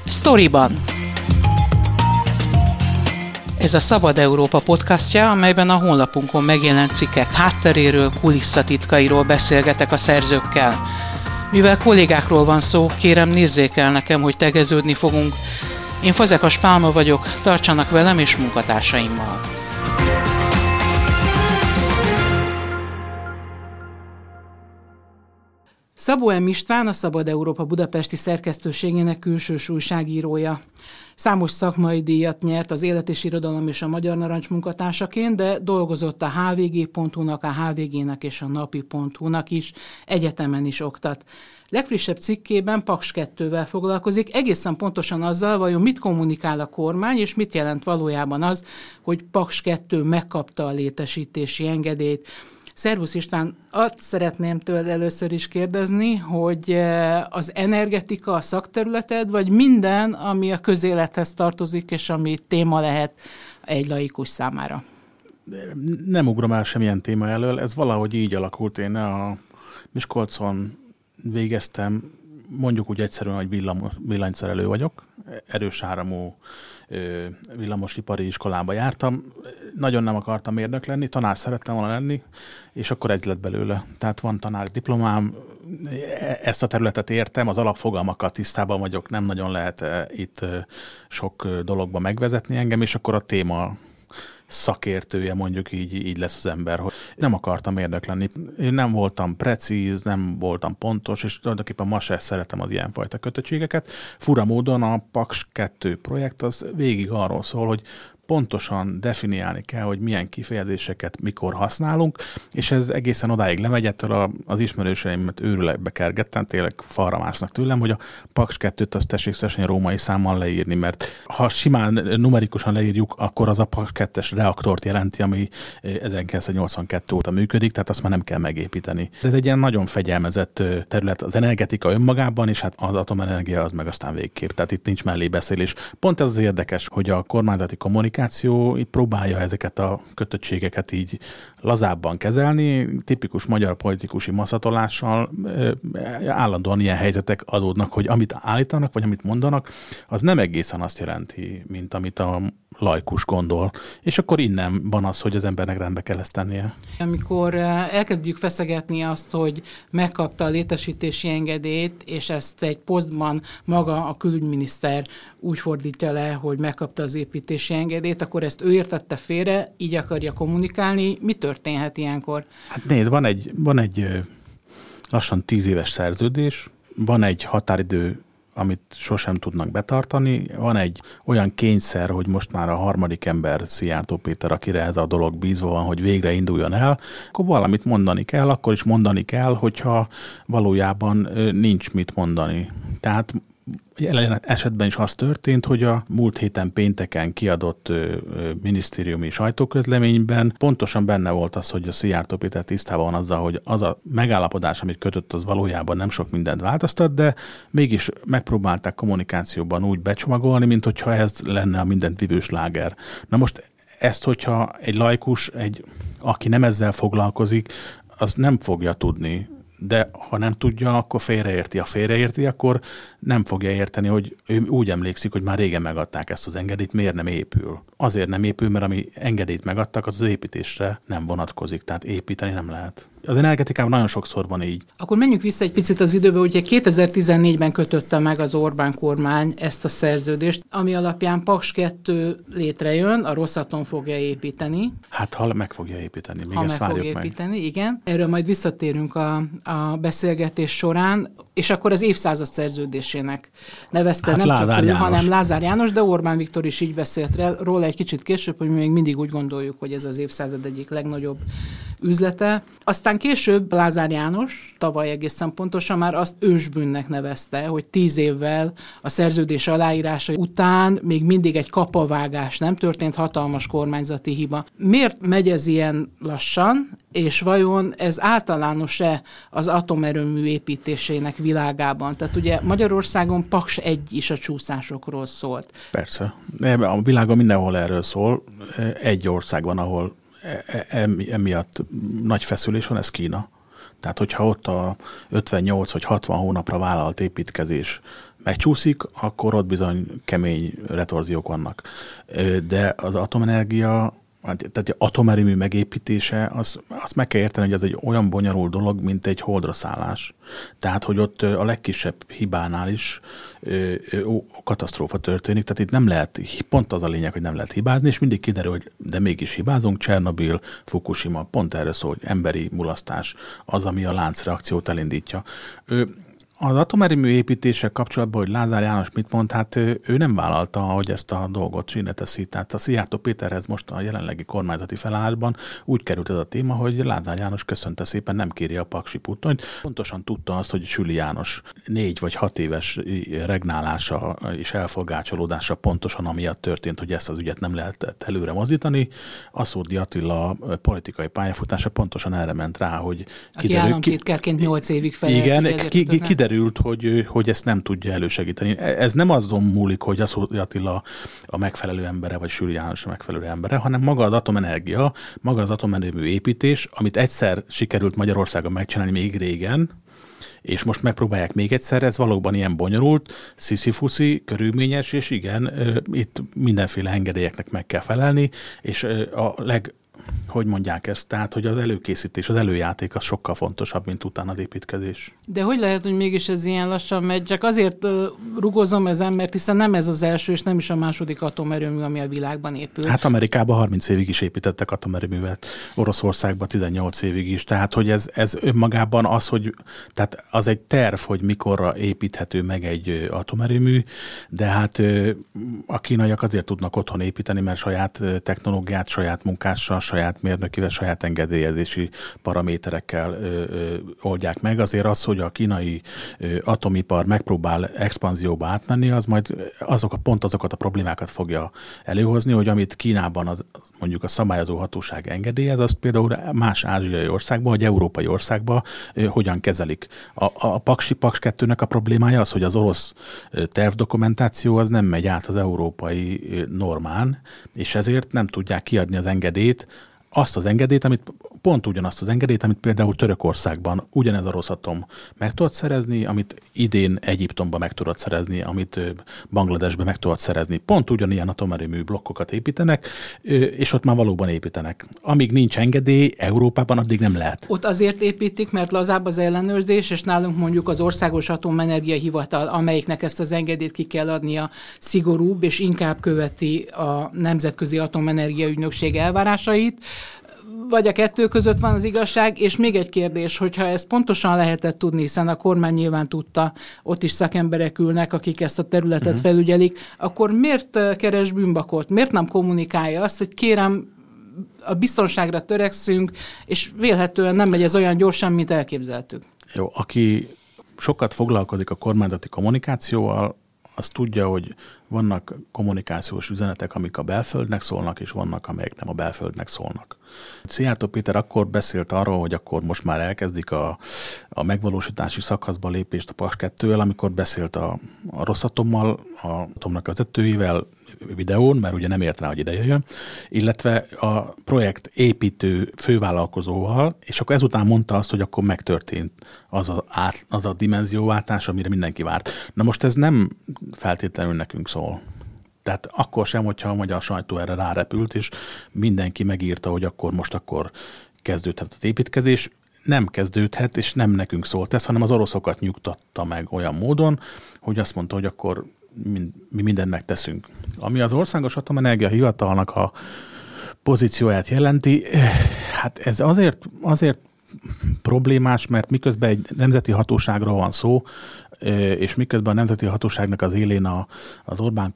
Sztoriban. Ez a Szabad Európa podcastja, amelyben a honlapunkon megjelent cikkek hátteréről, kulisszatitkairól beszélgetek a szerzőkkel. Mivel kollégákról van szó, kérem nézzék el nekem, hogy tegeződni fogunk. Én Fazekas Pálma vagyok, tartsanak velem és munkatársaimmal. Szabó M. István, a Szabad Európa budapesti szerkesztőségének külsős újságírója. Számos szakmai díjat nyert az Élet és Irodalom és a Magyar Narancs munkatársaként, de dolgozott a hvg.hu-nak, a HVG-nek és a napi.hu-nak is, egyetemen is oktat. Legfrissebb cikkében Paks 2-vel foglalkozik, egészen pontosan azzal, vajon mit kommunikál a kormány, és mit jelent valójában az, hogy Paks 2 megkapta a létesítési engedélyt. Szervusz István, azt szeretném tőled először is kérdezni, hogy az energetika a szakterületed, vagy minden, ami a közélethez tartozik, és ami téma lehet egy laikus számára? Nem ugrom el semmilyen téma elől, ez valahogy így alakult. Én a Miskolcon végeztem, mondjuk úgy egyszerűen, hogy villanyszerelő vagyok, erős áramú villamosipari iskolába jártam. Nagyon nem akartam mérnök lenni, tanár szerettem volna lenni, és akkor ez lett belőle. Tehát van tanári diplomám, ezt a területet értem, az alapfogalmakkal tisztában vagyok, nem nagyon lehet itt sok dologba megvezetni engem, és akkor a téma szakértője, mondjuk így lesz az ember, hogy nem akartam mérnök lenni. Én nem voltam precíz, nem voltam pontos, és tulajdonképpen ma se szeretem az ilyenfajta kötöttségeket. Fura módon a Paks 2 projekt az végig arról szól, hogy pontosan definiálni kell, hogy milyen kifejezéseket mikor használunk, és ez egészen odáig lemegy, ettől az ismerőseimet őrületbe kergettem, tényleg falra másznak tőlem, hogy a Paks 2-t azt tessék szesen római számmal leírni, mert ha simán numerikusan leírjuk, akkor az a Paks 2-es reaktort jelenti, ami 1982 óta működik, tehát azt már nem kell megépíteni. Ez egy ilyen nagyon fegyelmezett terület, az energetika önmagában, és hát az atomenergia az meg aztán végképp, tehát itt nincs mellébeszélés. Pont ez az érdekes, hogy a kormányzati kommunikáció itt próbálja ezeket a kötöttségeket így lazábban kezelni, tipikus magyar politikusi maszatolással állandóan ilyen helyzetek adódnak, hogy amit állítanak, vagy amit mondanak, az nem egészen azt jelenti, mint amit a laikus gondol. És akkor innen van az, hogy az embernek rendbe kell ezt tennie. Amikor elkezdjük feszegetni azt, hogy megkapta a létesítési engedélyt, és ezt egy posztban maga a külügyminiszter úgy fordítja le, hogy megkapta az építési engedélyt, akkor ezt ő értette félre, így akarja kommunikálni. Mi történhet ilyenkor? Hát nézd, van egy lassan 10 éves szerződés, van egy határidő, amit sosem tudnak betartani. Van egy olyan kényszer, hogy most már a harmadik ember, Szijjártó Péter, akire ez a dolog bízva van, hogy végre induljon el, akkor valamit mondani kell, akkor is mondani kell, hogyha valójában nincs mit mondani. Tehát jelen esetben is az történt, hogy a múlt héten pénteken kiadott minisztériumi sajtóközleményben pontosan benne volt az, hogy a Szijjártó Péter tisztában van azzal, hogy az a megállapodás, amit kötött, az valójában nem sok mindent változtat, de mégis megpróbálták kommunikációban úgy becsomagolni, mint hogyha ez lenne a mindent vívő sláger. Na most ezt, hogyha egy laikus, aki nem ezzel foglalkozik, az nem fogja tudni. De ha nem tudja, akkor félreérti. Ha félreérti, akkor nem fogja érteni, hogy ő úgy emlékszik, hogy már régen megadták ezt az engedélyt, miért nem épül. Azért nem épül, mert ami engedélyt megadtak, az építésre nem vonatkozik, tehát építeni nem lehet. Az energetikában nagyon sokszor van így. Akkor menjünk vissza egy picit az időbe, ugye 2014-ben kötötte meg az Orbán kormány ezt a szerződést, ami alapján Paks 2 létrejön, a Rosatom fogja építeni. Hát ha meg fogja építeni, még ezt várjuk meg. Építeni, igen. Erről majd visszatérünk a beszélgetés során, és akkor az évszázad szerződésének nevezte, nem csak ő, hanem Lázár János, de Orbán Viktor is így beszélt róla egy kicsit később, hogy mi még mindig úgy gondoljuk, hogy ez az évszázad egyik legnagyobb üzlete. Aztán később Lázár János, tavaly egészen pontosan már azt ősbűnnek nevezte, hogy 10 évvel a szerződés aláírása után még mindig egy kapavágás nem történt, hatalmas kormányzati hiba. Miért megy ez ilyen lassan, és vajon ez általános-e az atomerőmű építésének világában? Tehát ugye Magyarországon Paks 1 is a csúszásokról szólt. Persze. A világon mindenhol erről szól. Egy ország van, ahol emiatt nagy feszülés van, ez Kína. Tehát, hogyha ott a 58 vagy 60 hónapra vállalt építkezés megcsúszik, akkor ott bizony kemény retorziók vannak. De az atomenergia, tehát atomerőmű megépítése, azt meg kell érteni, hogy ez egy olyan bonyolult dolog, mint egy holdra szállás. Tehát, hogy ott a legkisebb hibánál is katasztrófa történik, tehát itt nem lehet, pont az a lényeg, hogy nem lehet hibázni, és mindig kiderül, hogy de mégis hibázunk. Csernobil, Fukushima, pont erről szól, hogy emberi mulasztás az, ami a láncreakciót elindítja. Az atomerőmű építéssel kapcsolatban, hogy Lázár János mit mond, hát ő nem vállalta, hogy ezt a dolgot sínre teszi. Tehát a Szijjártó Péterhez most a jelenlegi kormányzati felállásban úgy került ez a téma, hogy Lázár János köszönte szépen, nem kéri a paksi puttonyt. Pontosan tudta azt, hogy Süli János 4 vagy 6 éves regnálása és elfoggácsolódása pontosan amiatt történt, hogy ezt az ügyet nem lehetett előre mozdítani. Aszódi Attila politikai pályafutása pontosan erre ment rá, hogy aki államtitkárként 8 évig felelt. Igen, kiderült, hogy ezt nem tudja elősegíteni. Ez nem azon múlik, hogy Aszódi Attila a megfelelő embere, vagy Süli János a megfelelő embere, hanem maga az atomenergia, maga az atomerőmű építés, amit egyszer sikerült Magyarországon megcsinálni még régen, és most megpróbálják még egyszer, ez valóban ilyen bonyolult, sziszifuszi, körülményes, és igen, itt mindenféle engedélyeknek meg kell felelni, és hogy mondják ezt, tehát, hogy az előkészítés, az előjáték az sokkal fontosabb, mint utána az építkezés. De hogy lehet, hogy mégis ez ilyen lassan megy? Csak azért rugozom ezen, mert hiszen nem ez az első, és nem is a második atomerőmű, ami a világban épül. Hát Amerikában 30 évig is építettek atomerőművet, Oroszországban 18 évig is, tehát, hogy ez önmagában az, hogy tehát az egy terv, hogy mikorra építhető meg egy atomerőmű, de hát a kínaiak azért tudnak otthon építeni, mert saját technológiát, saját munkással, saját mérnökivel, saját engedélyezési paraméterekkel oldják meg. Azért az, hogy a kínai atomipar megpróbál expanzióba átmenni, az majd pont azokat a problémákat fogja előhozni, hogy amit Kínában mondjuk a szabályozó hatóság engedélyez, azt például más ázsiai országban, vagy európai országban hogyan kezelik. A Paks 2-nek a problémája az, hogy az orosz tervdokumentáció az nem megy át az európai normán, és ezért nem tudják kiadni az engedélyt, pont ugyanazt az engedélyt, amit például Törökországban ugyanez a Rosatom meg tudott szerezni, amit idén Egyiptomban meg tudott szerezni, amit Bangladesben meg tudott szerezni. Pont ugyanilyen atomerőmű blokkokat építenek, és ott már valóban építenek. Amíg nincs engedély Európában, addig nem lehet. Ott azért építik, mert lazább az ellenőrzés, és nálunk mondjuk az Országos Atomenergia Hivatal, amelyiknek ezt az engedélyt ki kell adnia, szigorúbb, és inkább követi a Nemzetközi Atomenergia Ügynökség elvárásait, vagy a kettő között van az igazság, és még egy kérdés, hogyha ezt pontosan lehetett tudni, hiszen a kormány nyilván tudta, ott is szakemberek ülnek, akik ezt a területet felügyelik, akkor miért keres bűnbakot? Miért nem kommunikálja azt, hogy kérem, a biztonságra törekszünk, és vélhetően nem megy ez olyan gyorsan, mint elképzeltük? Jó, aki sokat foglalkozik a kormányzati kommunikációval, az tudja, hogy vannak kommunikációs üzenetek, amik a belföldnek szólnak, és vannak, amelyek nem a belföldnek szólnak. Szijjártó Péter akkor beszélt arról, hogy akkor most már elkezdik a megvalósítási szakaszba lépést a Paks 2-vel, amikor beszélt a Rosatommal, a Atomnak vezetőjével videón, mert ugye nem ért rá, hogy ide jöjjön, illetve a projekt építő fővállalkozóval, és akkor ezután mondta azt, hogy akkor megtörtént az a dimenzióváltás, amire mindenki várt. Na most ez nem feltétlenül nekünk szól. Tehát akkor sem, hogyha a magyar sajtó erre rárepült, és mindenki megírta, hogy akkor kezdődhet az építkezés. Nem kezdődhet, és nem nekünk szólt ez, hanem az oroszokat nyugtatta meg olyan módon, hogy azt mondta, hogy akkor mi mindent megteszünk. Ami az Országos Atomenergia Hivatalnak a pozícióját jelenti, hát ez azért problémás, mert miközben egy nemzeti hatóságról van szó, és miközben a nemzeti hatóságnak az élén az Orbán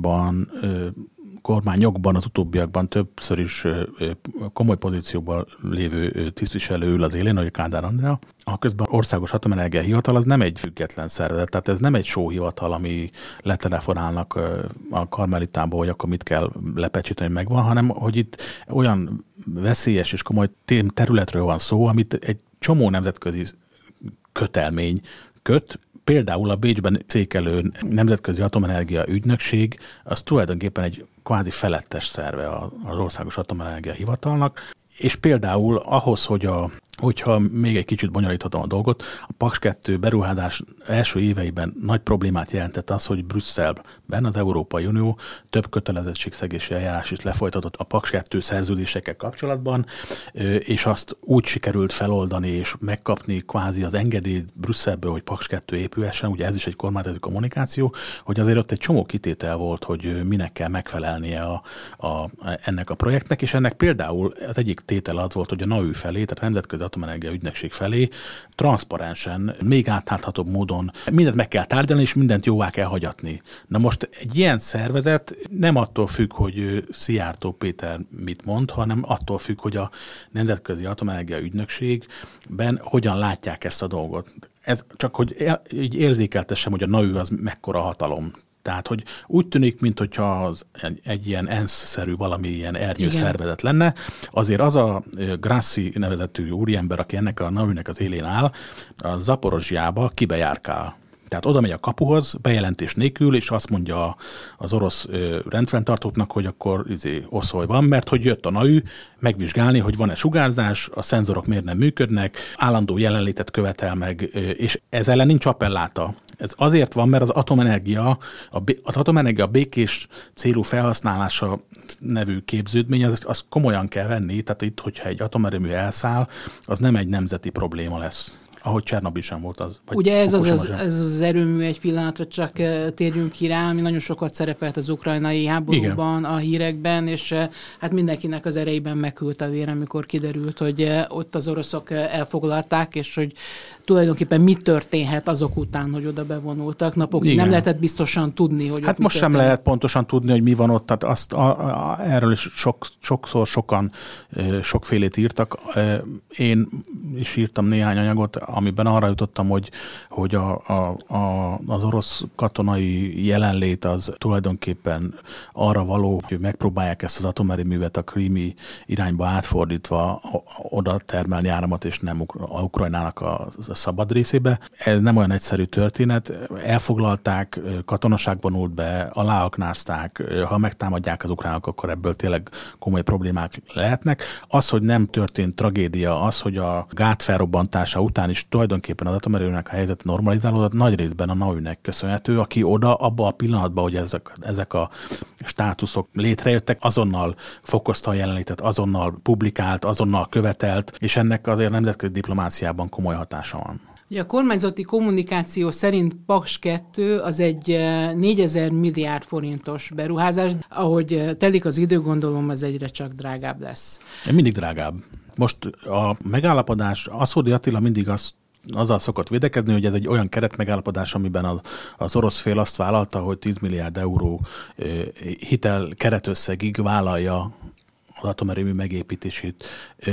kormányokban, az utóbbiakban többször is komoly pozícióban lévő tisztviselő ül az élén, hogy Kádár Andrea. A közben Országos Atomenergia Hivatal az nem egy független szervezet, tehát ez nem egy sóhivatal, ami letelefonálnak a Karmelitába, hogy akkor mit kell lepecsíteni, hogy megvan, hanem hogy itt olyan veszélyes és komoly területről van szó, amit egy csomó nemzetközi kötelmény köt. Például a Bécsben székelő Nemzetközi Atomenergia Ügynökség, az tulajdonképpen egy kvázi felettes szerve az Országos Atomenergia Hivatalnak, és például ahhoz, hogy a Hogyha még egy kicsit bonyolíthatom a dolgot, a Paks 2 beruházás első éveiben nagy problémát jelentett az, hogy Brüsszelben az Európai Unió több kötelezettségszegési eljárás is lefolytatott a Paks 2 szerződésekkel kapcsolatban, és azt úgy sikerült feloldani és megkapni kvázi az engedélyt Brüsszelből, hogy Paks 2 épülhessen, ugye ez is egy kormányzati kommunikáció, hogy azért ott egy csomó kitétel volt, hogy minek kell megfelelnie ennek a projektnek, és ennek például az egyik tétel az volt, hogy a NAÜ felé, tehát a Nemzetközi Atomenergia Ügynökség felé transzparensen, még átláthatóbb módon mindent meg kell tárgyalni, és mindent jóvá kell hagyatni. Na most egy ilyen szervezet nem attól függ, hogy Szijjártó Péter mit mond, hanem attól függ, hogy a Nemzetközi Atomenergia Ügynökségben hogyan látják ezt a dolgot. Ez csak, hogy így érzékeltessem, hogy a NAÜ az mekkora hatalom. Tehát, hogy úgy tűnik, mintha az egy ilyen ENSZ-szerű valami ilyen szervezet lenne, azért az a Grassi nevezetű úriember, aki ennek a NAÜ-nek az élén áll, a Zaporozsjába kibejárkál. Tehát oda megy a kapuhoz, bejelentés nélkül, és azt mondja az orosz rendfenntartóknak, hogy akkor oszolj van, mert hogy jött a NAÜ megvizsgálni, hogy van-e sugárzás, a szenzorok miért nem működnek, állandó jelenlétet követel meg, és ez ellen nincs appelláta. Ez azért van, mert az atomenergia békés célú felhasználása nevű képződmény, az komolyan kell venni, tehát itt, hogyha egy atomerőmű elszáll, az nem egy nemzeti probléma lesz. Ahogy Csernobil sem volt az. Ugye ez az erőmű, egy pillanatra csak térjünk ki rá, ami nagyon sokat szerepelt az ukrajnai háborúban, igen, a hírekben, és hát mindenkinek az erejében megült a vér, amikor kiderült, hogy ott az oroszok elfoglalták, és hogy tulajdonképpen mi történhet azok után, hogy oda bevonultak. Napokig nem lehetett biztosan tudni, hogy hát most sem lehet pontosan tudni, hogy mi van ott, tehát erről is sokszor sokan sokfélét írtak. Én is írtam néhány anyagot, amiben arra jutottam, hogy az orosz katonai jelenlét az tulajdonképpen arra való, hogy megpróbálják ezt az atomerőművet a krími irányba átfordítva oda termelni áramot, és nem Ukrajnának a szabad részébe. Ez nem olyan egyszerű történet. Elfoglalták, katonaság vonult be, aláaknázták, ha megtámadják az ukránok, akkor ebből tényleg komoly problémák lehetnek. Az, hogy nem történt tragédia, az, hogy a gát felrobbantása után is tulajdonképpen az atomerőműnek a helyzet normalizálódott, nagy részben a NAÜ-nek köszönhető, aki oda, abban a pillanatban, hogy ezek a státuszok létrejöttek, azonnal fokozta a jelenlétet, azonnal publikált, azonnal követelt, és ennek azért nemzetközi diplomáciában komoly hatása van. A kormányzati kommunikáció szerint Paks 2 az egy 4000 milliárd forintos beruházás. Ahogy telik az idő, gondolom, az egyre csak drágább lesz. Mindig drágább. Most a megállapodás, Aszódi Attila mindig azzal szokott védekezni, hogy ez egy olyan keretmegállapodás, amiben az orosz fél azt vállalta, hogy 10 milliárd euró hitel keretösszegig vállalja az atomerőmű megépítését.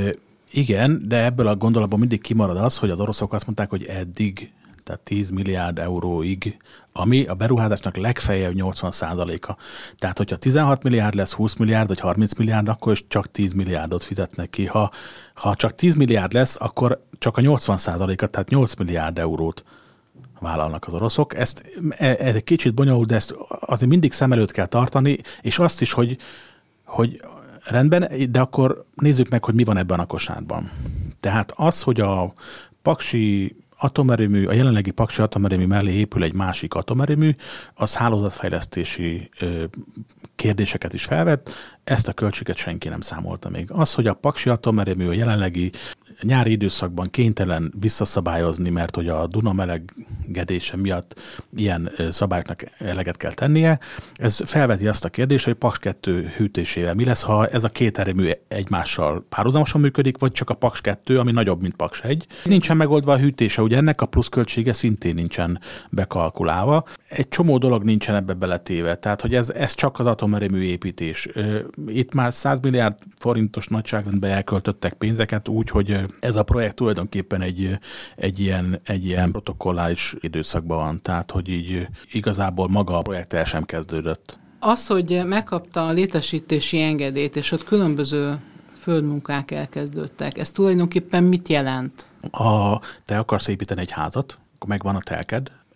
Igen, de ebből a gondolatból mindig kimarad az, hogy az oroszok azt mondták, hogy eddig, tehát 10 milliárd euróig, ami a beruházásnak legfeljebb 80%-a. Tehát, hogyha 16 milliárd lesz, 20 milliárd vagy 30 milliárd, akkor is csak 10 milliárdot fizetnek ki. Ha csak 10 milliárd lesz, akkor csak a 80%-a, tehát 8 milliárd eurót vállalnak az oroszok. Ez egy kicsit bonyolult, de ezt azért mindig szem előtt kell tartani, és azt is, hogy rendben, de akkor nézzük meg, hogy mi van ebben a kosárban. Tehát az, hogy a paksi atomerőmű, a jelenlegi paksi atomerőmű mellé épül egy másik atomerőmű, az hálózatfejlesztési kérdéseket is felvet, ezt a költséget senki nem számolta még. Az, hogy a paksi atomerőmű a jelenlegi nyári időszakban kénytelen visszaszabályozni, mert hogy a Duna melegedése miatt ilyen szabályoknak eleget kell tennie. Ez felveti azt a kérdést, hogy Paks 2 hűtésével mi lesz, ha ez a két erőmű egymással párhuzamosan működik, vagy csak a Paks 2, ami nagyobb, mint Paks 1. Nincsen megoldva a hűtése, ugye ennek a pluszköltsége szintén nincsen bekalkulálva. Egy csomó dolog nincsen ebbe beletéve, tehát hogy ez csak az atomerőmű építés. Itt már 100 milliárd forintos nagyságrendben elköltöttek pénzeket úgy, hogy ez a projekt tulajdonképpen egy ilyen protokolláris időszakban van, tehát hogy így igazából maga a projekt el sem kezdődött. Az, hogy megkapta a létesítési engedélyt, és ott különböző földmunkák elkezdődtek, ez tulajdonképpen mit jelent? Ha te akarsz építeni egy házat, akkor megvan a telked,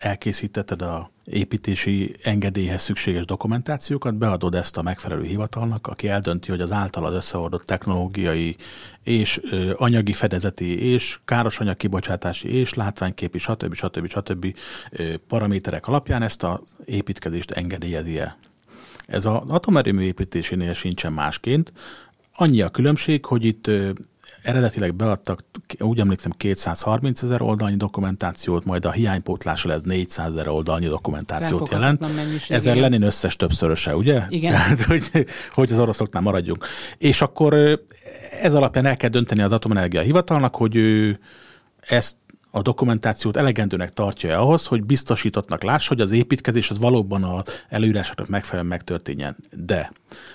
elkészítetted a építési engedélyhez szükséges dokumentációkat, beadod ezt a megfelelő hivatalnak, aki eldönti, hogy az általad összeordott technológiai és anyagi fedezeti és károsanyag kibocsátási és látványképi, stb. Paraméterek alapján ezt az építkezést engedélyezi-e. Ez az atomerőmű építésénél sincsen másként. Annyi a különbség, hogy itt eredetileg beadtak, úgy emlékszem, 230 000 oldalnyi dokumentációt, majd a hiánypótlásra ez 400 000 oldalnyi dokumentációt jelent. Ezzel Lenin összes többszöröse, ugye? Igen. Tehát, hogy az oroszoknál maradjunk. És akkor ez alapján el kell dönteni az Atomenergia Hivatalnak, hogy ő ezt a dokumentációt elegendőnek tartja ahhoz, hogy biztosítottnak lássa, hogy az építkezés az valóban az előírásoknak megfelelően megtörténjen. De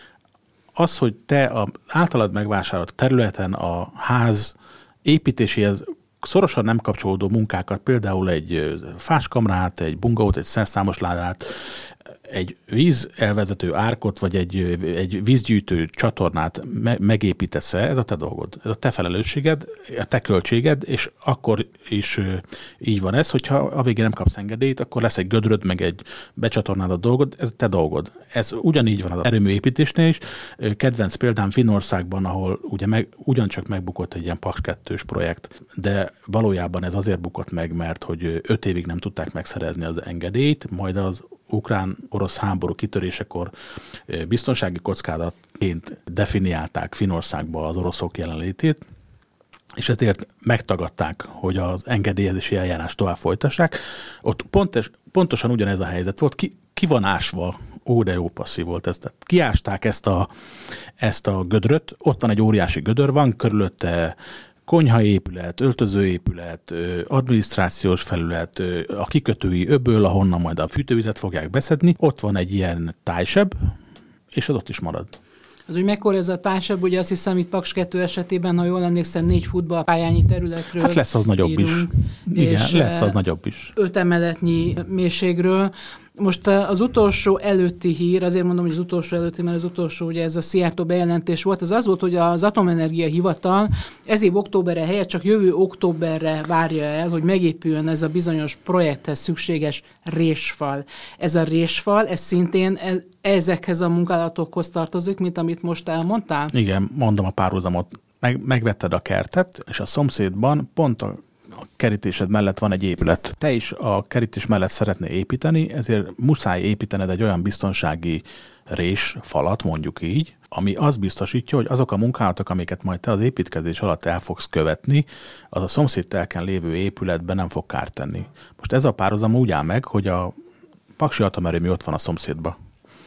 az, hogy te az általad megvásárolt területen a ház építéséhez szorosan nem kapcsolódó munkákat, például egy fáskamrát, egy bungaót, egy szerszámosládát, egy vízelvezető árkot, vagy egy vízgyűjtő csatornát megépítesz-e, ez a te dolgod. Ez a te felelősséged, a te költséged, és akkor is így van ez, hogyha a végén nem kapsz engedélyt, akkor lesz egy gödröd, meg egy becsatornád a dolgod, ez a te dolgod. Ez ugyanígy van az erőműépítésnél is. Kedvenc példám Finnországban, ahol ugye ugyancsak megbukott egy ilyen Paks 2-s projekt, de valójában ez azért bukott meg, mert hogy 5 évig nem tudták megszerezni az engedélyt, majd az ukrán-orosz háború kitörésekor biztonsági kockázatként definiálták Finnországba az oroszok jelenlétét, és ezért megtagadták, hogy az engedélyezési eljárást tovább folytassák. Ott pontosan ugyanez a helyzet volt, ki van ásva, de jó passzív volt ez. Tehát kiásták ezt a gödröt, ott van egy óriási gödör, van körülötte konyhaépület, öltözőépület, adminisztrációs felület, a kikötői öböl, ahonnan majd a fűtővizet fogják beszedni. Ott van egy ilyen tájseb, és az ott is marad. Az, hogy mekkora ez a tájseb, ugye azt hiszem itt Paks 2 esetében, ha jól emlékszem, 4 futballpályányi területről. Hát lesz az nagyobb írunk, is. Igen, lesz az nagyobb is. 5 emeletnyi mélységről. Most az utolsó előtti hír, azért mondom, hogy az utolsó előtti, mert az utolsó, ugye ez a Szijjártó bejelentés volt, az volt, hogy az Atomenergia Hivatal ez év októberre helyett csak jövő októberre várja el, hogy megépüljön ez a bizonyos projekthez szükséges résfal. Ez a résfal, ez szintén ezekhez a munkálatokhoz tartozik, mint amit most elmondtál? Igen, mondom a párhuzamot. Megvetted a kertet, és a szomszédban pont a kerítésed mellett van egy épület. Te is a kerítés mellett szeretnél építeni, ezért muszáj építened egy olyan biztonsági résfalat, mondjuk így, ami azt biztosítja, hogy azok a munkálatok, amiket majd te az építkezés alatt el fogsz követni, az a szomszéd telken lévő épületben nem fog kárt tenni. Most ez a párhuzam úgy áll meg, hogy a Paksi atomerőmű ott van a szomszédba.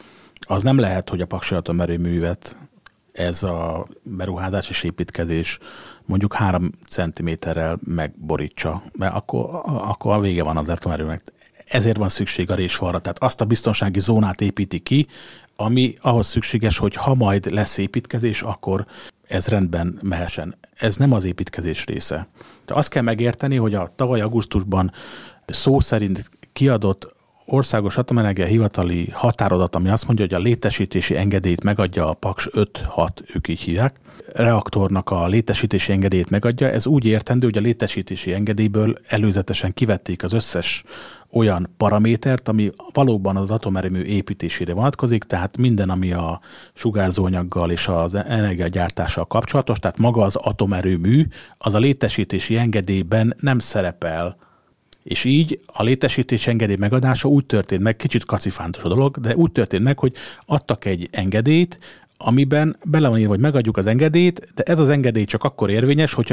Az nem lehet, hogy a Paksi atomerőművet ez a beruházás és építkezés mondjuk 3 centiméterrel megborítsa, mert akkor a vége van az atomerőműnek. Ezért van szükség a résfalra, tehát azt a biztonsági zónát építi ki, ami ahhoz szükséges, hogy ha majd lesz építkezés, akkor ez rendben mehessen. Ez nem az építkezés része. De azt kell megérteni, hogy a tavaly augusztusban szó szerint kiadott Országos Atomenergia Hivatali határozat, ami azt mondja, hogy a létesítési engedélyt megadja a Paks 5-6, ők így hívják, reaktornak a létesítési engedélyt megadja. Ez úgy értendő, hogy a létesítési engedélyből előzetesen kivették az összes olyan paramétert, ami valóban az atomerőmű építésére vonatkozik, tehát minden, ami a sugárzóanyaggal és az energiagyártással kapcsolatos, tehát maga az atomerőmű, az a létesítési engedélyben nem szerepel. És így a létesítési engedély megadása úgy történt meg, kicsit kacifántos a dolog, de úgy történt meg, hogy adtak egy engedélyt, amiben bele van írva, hogy megadjuk az engedélyt, de ez az engedély csak akkor érvényes, hogyha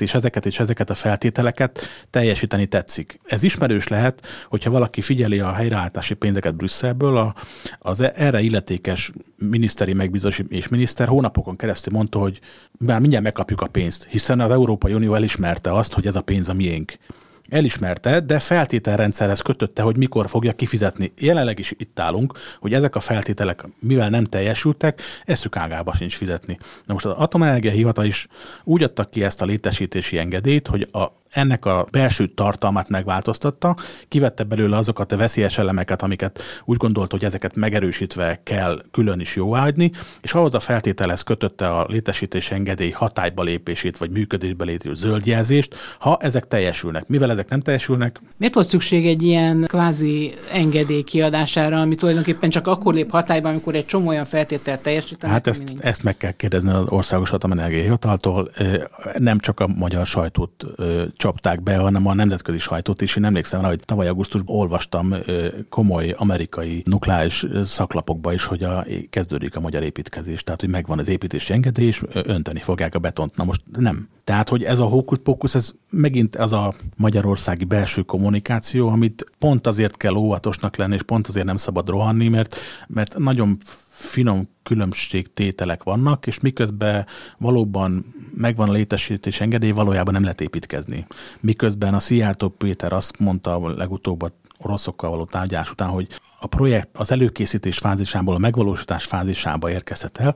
ezeket a feltételeket teljesíteni tetszik. Ez ismerős lehet, hogyha valaki figyeli a helyreállítási pénzeket Brüsszelből, az erre illetékes miniszteri megbízós és miniszter hónapokon keresztül mondta, hogy már mindjárt megkapjuk a pénzt, hiszen az Európai Unió elismerte azt, hogy ez a pénz a miénk. Elismerte, de feltételrendszerhez kötötte, hogy mikor fogja kifizetni. Jelenleg is itt állunk, hogy ezek a feltételek, mivel nem teljesültek, eszük ágába sincs fizetni. Na most az Atomenergia Hivatal is úgy adtak ki ezt a létesítési engedélyt, hogy ennek a belső tartalmát megváltoztatta, kivette belőle azokat a veszélyes elemeket, amiket úgy gondolt, hogy ezeket megerősítve kell külön is jóváhagyni, és ahhoz a feltételhez kötötte a létesítési engedély hatályba lépését, vagy működésbe lépő zöldjelzést, ha ezek teljesülnek. Mivel ezek nem teljesülnek? Miért volt szükség egy ilyen kvázi engedély kiadására, ami tulajdonképpen csak akkor lép hatályba, amikor egy csomó olyan feltételt teljesítenek? Hát ezt meg kell kérdezni az Országos Atomenergia Hivataltól. Nem csak a magyar sajtót csapták be, hanem a nemzetközi sajtót is. Én emlékszem rá, hogy tavaly augusztusban olvastam komoly amerikai nukleáris szaklapokba is, hogy kezdődik a magyar építkezés. Tehát, hogy megvan az építési engedély, és önteni fogják a betont. Na most nem. Tehát, hogy ez a hókusz-pókusz, ez megint az a magyarországi belső kommunikáció, amit pont azért kell óvatosnak lenni, és pont azért nem szabad rohanni, mert nagyon finom különbségtételek vannak, és miközben valóban megvan a létesítés engedély, valójában nem lehet építkezni. Miközben a Szijjártó Péter azt mondta legutóbb a oroszokkal való tárgyalás után, hogy a projekt az előkészítés fázisából a megvalósítás fázisába érkezett el.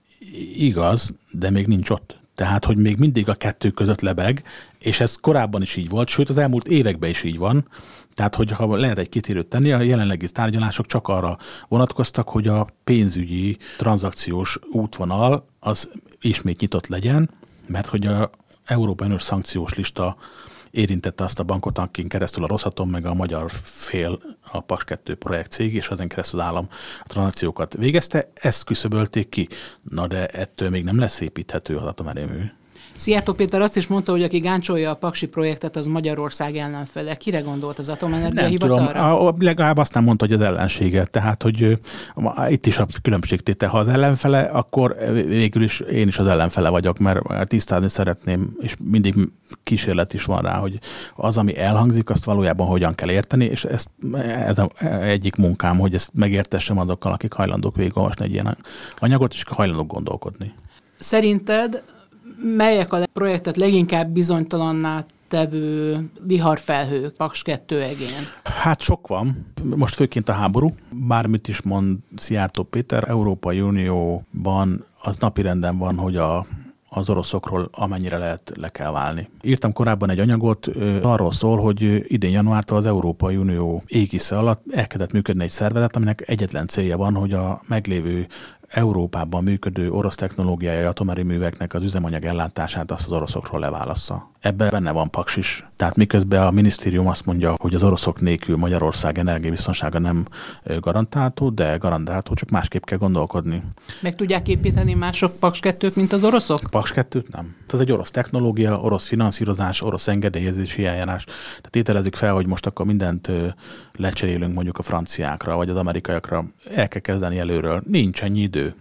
Igaz, de még nincs ott. Tehát, hogy még mindig a kettő között lebeg, és ez korábban is így volt, sőt az elmúlt években is így van. Tehát, hogyha lehet egy kitérőt tenni, a jelenlegi tárgyalások csak arra vonatkoztak, hogy a pénzügyi tranzakciós útvonal az ismét nyitott legyen, mert hogy az Európai Uniós szankciós lista érintette azt a bankot, akin keresztül a Rosatom, meg a magyar fél, a Paks 2 projekt cég, és ezen keresztül az állam a tranzakciókat végezte, ezt küszöbölték ki. Na de ettől még nem lesz építhető az atomerőmű. Szijjártó Péter azt is mondta, hogy aki gáncsolja a paksi projektet, az Magyarország ellenfele. Kire gondolt az Atomenergia Hivatalra? Nem tudom, legalább azt nem mondta, hogy az ellensége. Tehát, hogy itt is a különbségtétel, ha az ellenfele, akkor végül is én is az ellenfele vagyok, mert tisztázni szeretném, és mindig kísérlet is van rá, hogy az, ami elhangzik, azt valójában hogyan kell érteni, és ez egyik munkám, hogy ezt megértessem azokkal, akik hajlandók végigolvasni egy ilyen anyagot, és hajlandók gondolkodni. Szerinted melyek a projektet leginkább bizonytalanná tevő viharfelhők Paks 2 egén? Hát sok van. Most főként a háború. Bármit is mond Szijjártó Péter, Európai Unióban az napirenden van, hogy az oroszokról amennyire lehet le kell válni. Írtam korábban egy anyagot, arról szól, hogy idén januártól az Európai Unió égisze alatt elkezdett működni egy szervezet, aminek egyetlen célja van, hogy a meglévő Európában működő orosz technológiai atomerőműveknek az üzemanyag ellátását azt az oroszokról leválassza. Ebben benne van Paks is. Tehát miközben a minisztérium azt mondja, hogy az oroszok nélkül Magyarország energiabiztonsága nem garantálható, de garantálható, csak másképp kell gondolkodni. Meg tudják építeni mások Paks 2-t, mint az oroszok? Paks 2-t nem. Ez egy orosz technológia, orosz finanszírozás, orosz engedélyezési eljárás. Tehát ételezzük fel, hogy most akkor mindent lecserélünk mondjuk a franciákra, vagy az amerikaiakra. El kell kezdeni előről. Nincs ennyi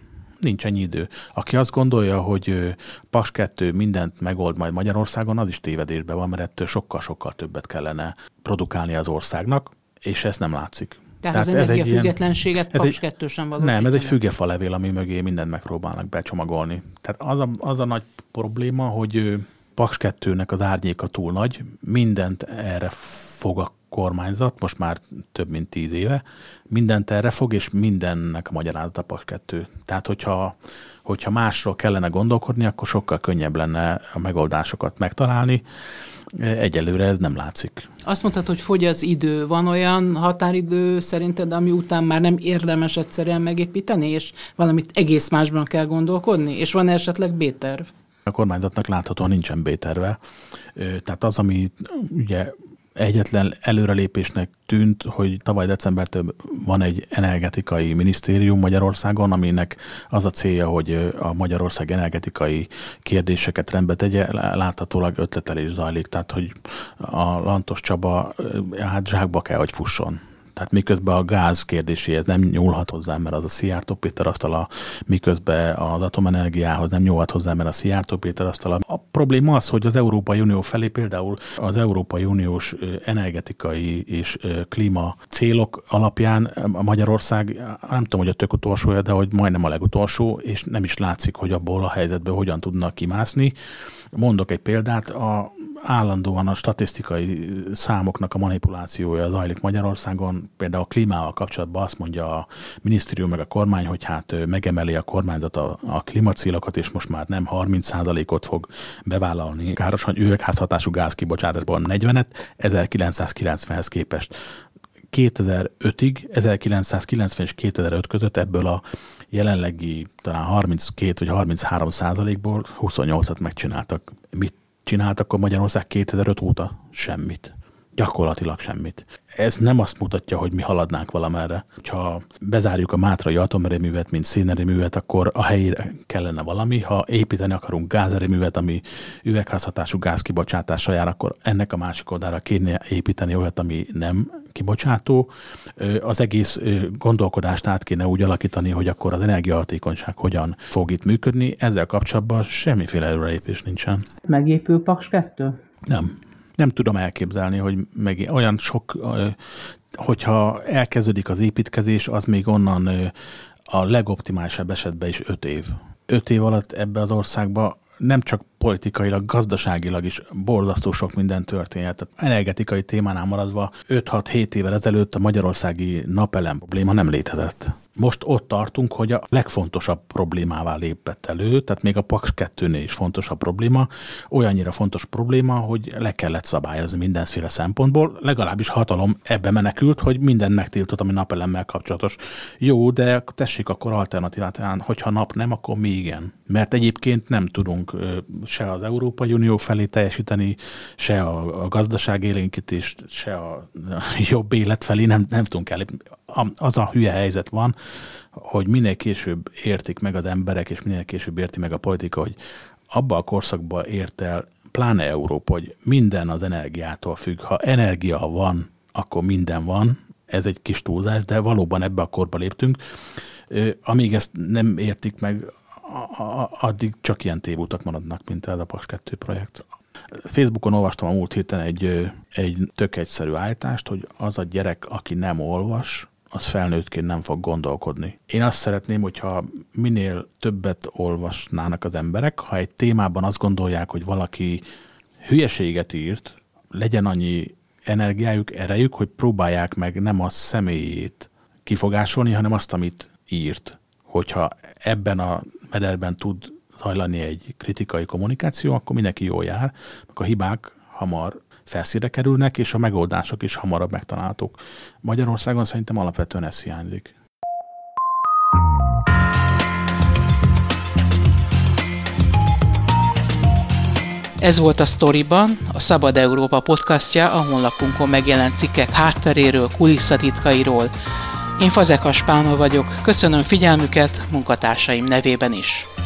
idő. Aki azt gondolja, hogy Paks 2 mindent megold majd Magyarországon, az is tévedésben van, mert ettől sokkal-sokkal többet kellene produkálni az országnak, és ez nem látszik. Tehát az energiafüggetlenséget Paks 2 sem valósítani? Nem, ez egy fügefalevél, ami mögé mindent megpróbálnak becsomagolni. Tehát az a nagy probléma, hogy Paks 2-nek az árnyéka túl nagy, mindent erre fog a kormányzat, most már több mint 10 éve, mindent erre fog, és mindennek a magyarázata Paks 2. Tehát, hogyha másról kellene gondolkodni, akkor sokkal könnyebb lenne a megoldásokat megtalálni. Egyelőre ez nem látszik. Azt mondtad, hogy fogy az idő. Van olyan határidő szerinted, ami után már nem érdemes egyszerűen megépíteni, és valamit egész másban kell gondolkodni? És van esetleg B-terv? A kormányzatnak láthatóan nincsen B-terve. Tehát az, ami ugye egyetlen előrelépésnek tűnt, hogy tavaly decembertől van egy energetikai minisztérium Magyarországon, aminek az a célja, hogy a Magyarország energetikai kérdéseket rendbe tegye, láthatólag ötletelés zajlik, tehát hogy a Lantos Csaba hát zsákba kell, hogy fusson. Tehát miközben a gáz kérdéséhez nem nyúlhat hozzá, mert az a Szijjártó Péter asztala, miközben az atomenergiához nem nyúlhat hozzá, mert a Szijjártó Péter asztala. A probléma az, hogy az Európai Unió felé például az Európai Uniós energetikai és klíma célok alapján a Magyarország, nem tudom, hogy a tök utolsója, de hogy majdnem a legutolsó, és nem is látszik, hogy abból a helyzetből hogyan tudnak kimászni. Mondok egy példát, állandóan a statisztikai számoknak a manipulációja zajlik Magyarországon, például a klímával kapcsolatban azt mondja a minisztérium meg a kormány, hogy hát megemeli a kormányzat a klímacélokat, és most már nem 30%-ot fog bevállalni károsan üvegházhatású gáz kibocsátásban 40-et, 1990-hez képest. 2005-ig, 1990 és 2005 között ebből a jelenlegi talán 32 vagy 33%-ból 28-at megcsináltak. Mit csináltak a Magyarország 2005 óta? Semmit. Gyakorlatilag semmit. Ez nem azt mutatja, hogy mi haladnánk valamerre. Ha bezárjuk a mátrai atomerőművet, mint szénerőművet, akkor a helyére kellene valami. Ha építeni akarunk gázerőművet, ami üvegházhatású gázkibocsátással jár, akkor ennek a másik oldalára kéne építeni olyat, ami nem kibocsátó. Az egész gondolkodást át kéne úgy alakítani, hogy akkor az energiahatékonyság hogyan fog itt működni. Ezzel kapcsolatban semmiféle előrelépés nincsen. Megépül Paks 2? Nem tudom elképzelni, hogy olyan sok, hogyha elkezdődik az építkezés, az még onnan a legoptimálisabb esetben is 5 év. 5 év alatt ebbe az országba nem csak politikailag, gazdaságilag is borzasztó sok minden történhet. Tehát energetikai témánál maradva 5-6-7 évvel ezelőtt a magyarországi napelem probléma nem létezett. Most ott tartunk, hogy a legfontosabb problémává lépett elő, tehát még a Paks 2-nél is fontosabb probléma, olyannyira fontos probléma, hogy le kellett szabályozni mindenféle szempontból, legalábbis hatalom ebbe menekült, hogy minden megtiltott, ami napelemmel kapcsolatos. Jó, de tessék akkor alternatívát, hogyha nap nem, akkor mi igen. Mert egyébként nem tudunk se az Európai Unió felé teljesíteni, se a gazdaságélénkítést, se a jobb élet felé nem tudunk elépni. Az a hülye helyzet van, hogy minél később értik meg az emberek, és minél később érti meg a politika, hogy abba a korszakba ért el, pláne Európa, hogy minden az energiától függ. Ha energia van, akkor minden van. Ez egy kis túlzás, de valóban ebbe a korba léptünk. Amíg ezt nem értik meg, addig csak ilyen tévútak maradnak, mint ez a Paks 2 projekt. Facebookon olvastam a múlt héten egy tök egyszerű állítást, hogy az a gyerek, aki nem olvas, az felnőttként nem fog gondolkodni. Én azt szeretném, hogyha minél többet olvasnának az emberek, ha egy témában azt gondolják, hogy valaki hülyeséget írt, legyen annyi energiájuk, erejük, hogy próbálják meg nem a személyét kifogásolni, hanem azt, amit írt. Hogyha ebben a mederben tud zajlani egy kritikai kommunikáció, akkor mindenki jól jár, meg a hibák hamar felszínre kerülnek, és a megoldások is hamarabb megtalálhatók. Magyarországon szerintem alapvetően ez hiányzik. Ez volt a Sztoriban, a Szabad Európa podcastja, a honlapunkon megjelent cikkek hátteréről, kulisszatitkairól. Én Fazekas Pálma vagyok, köszönöm figyelmüket munkatársaim nevében is.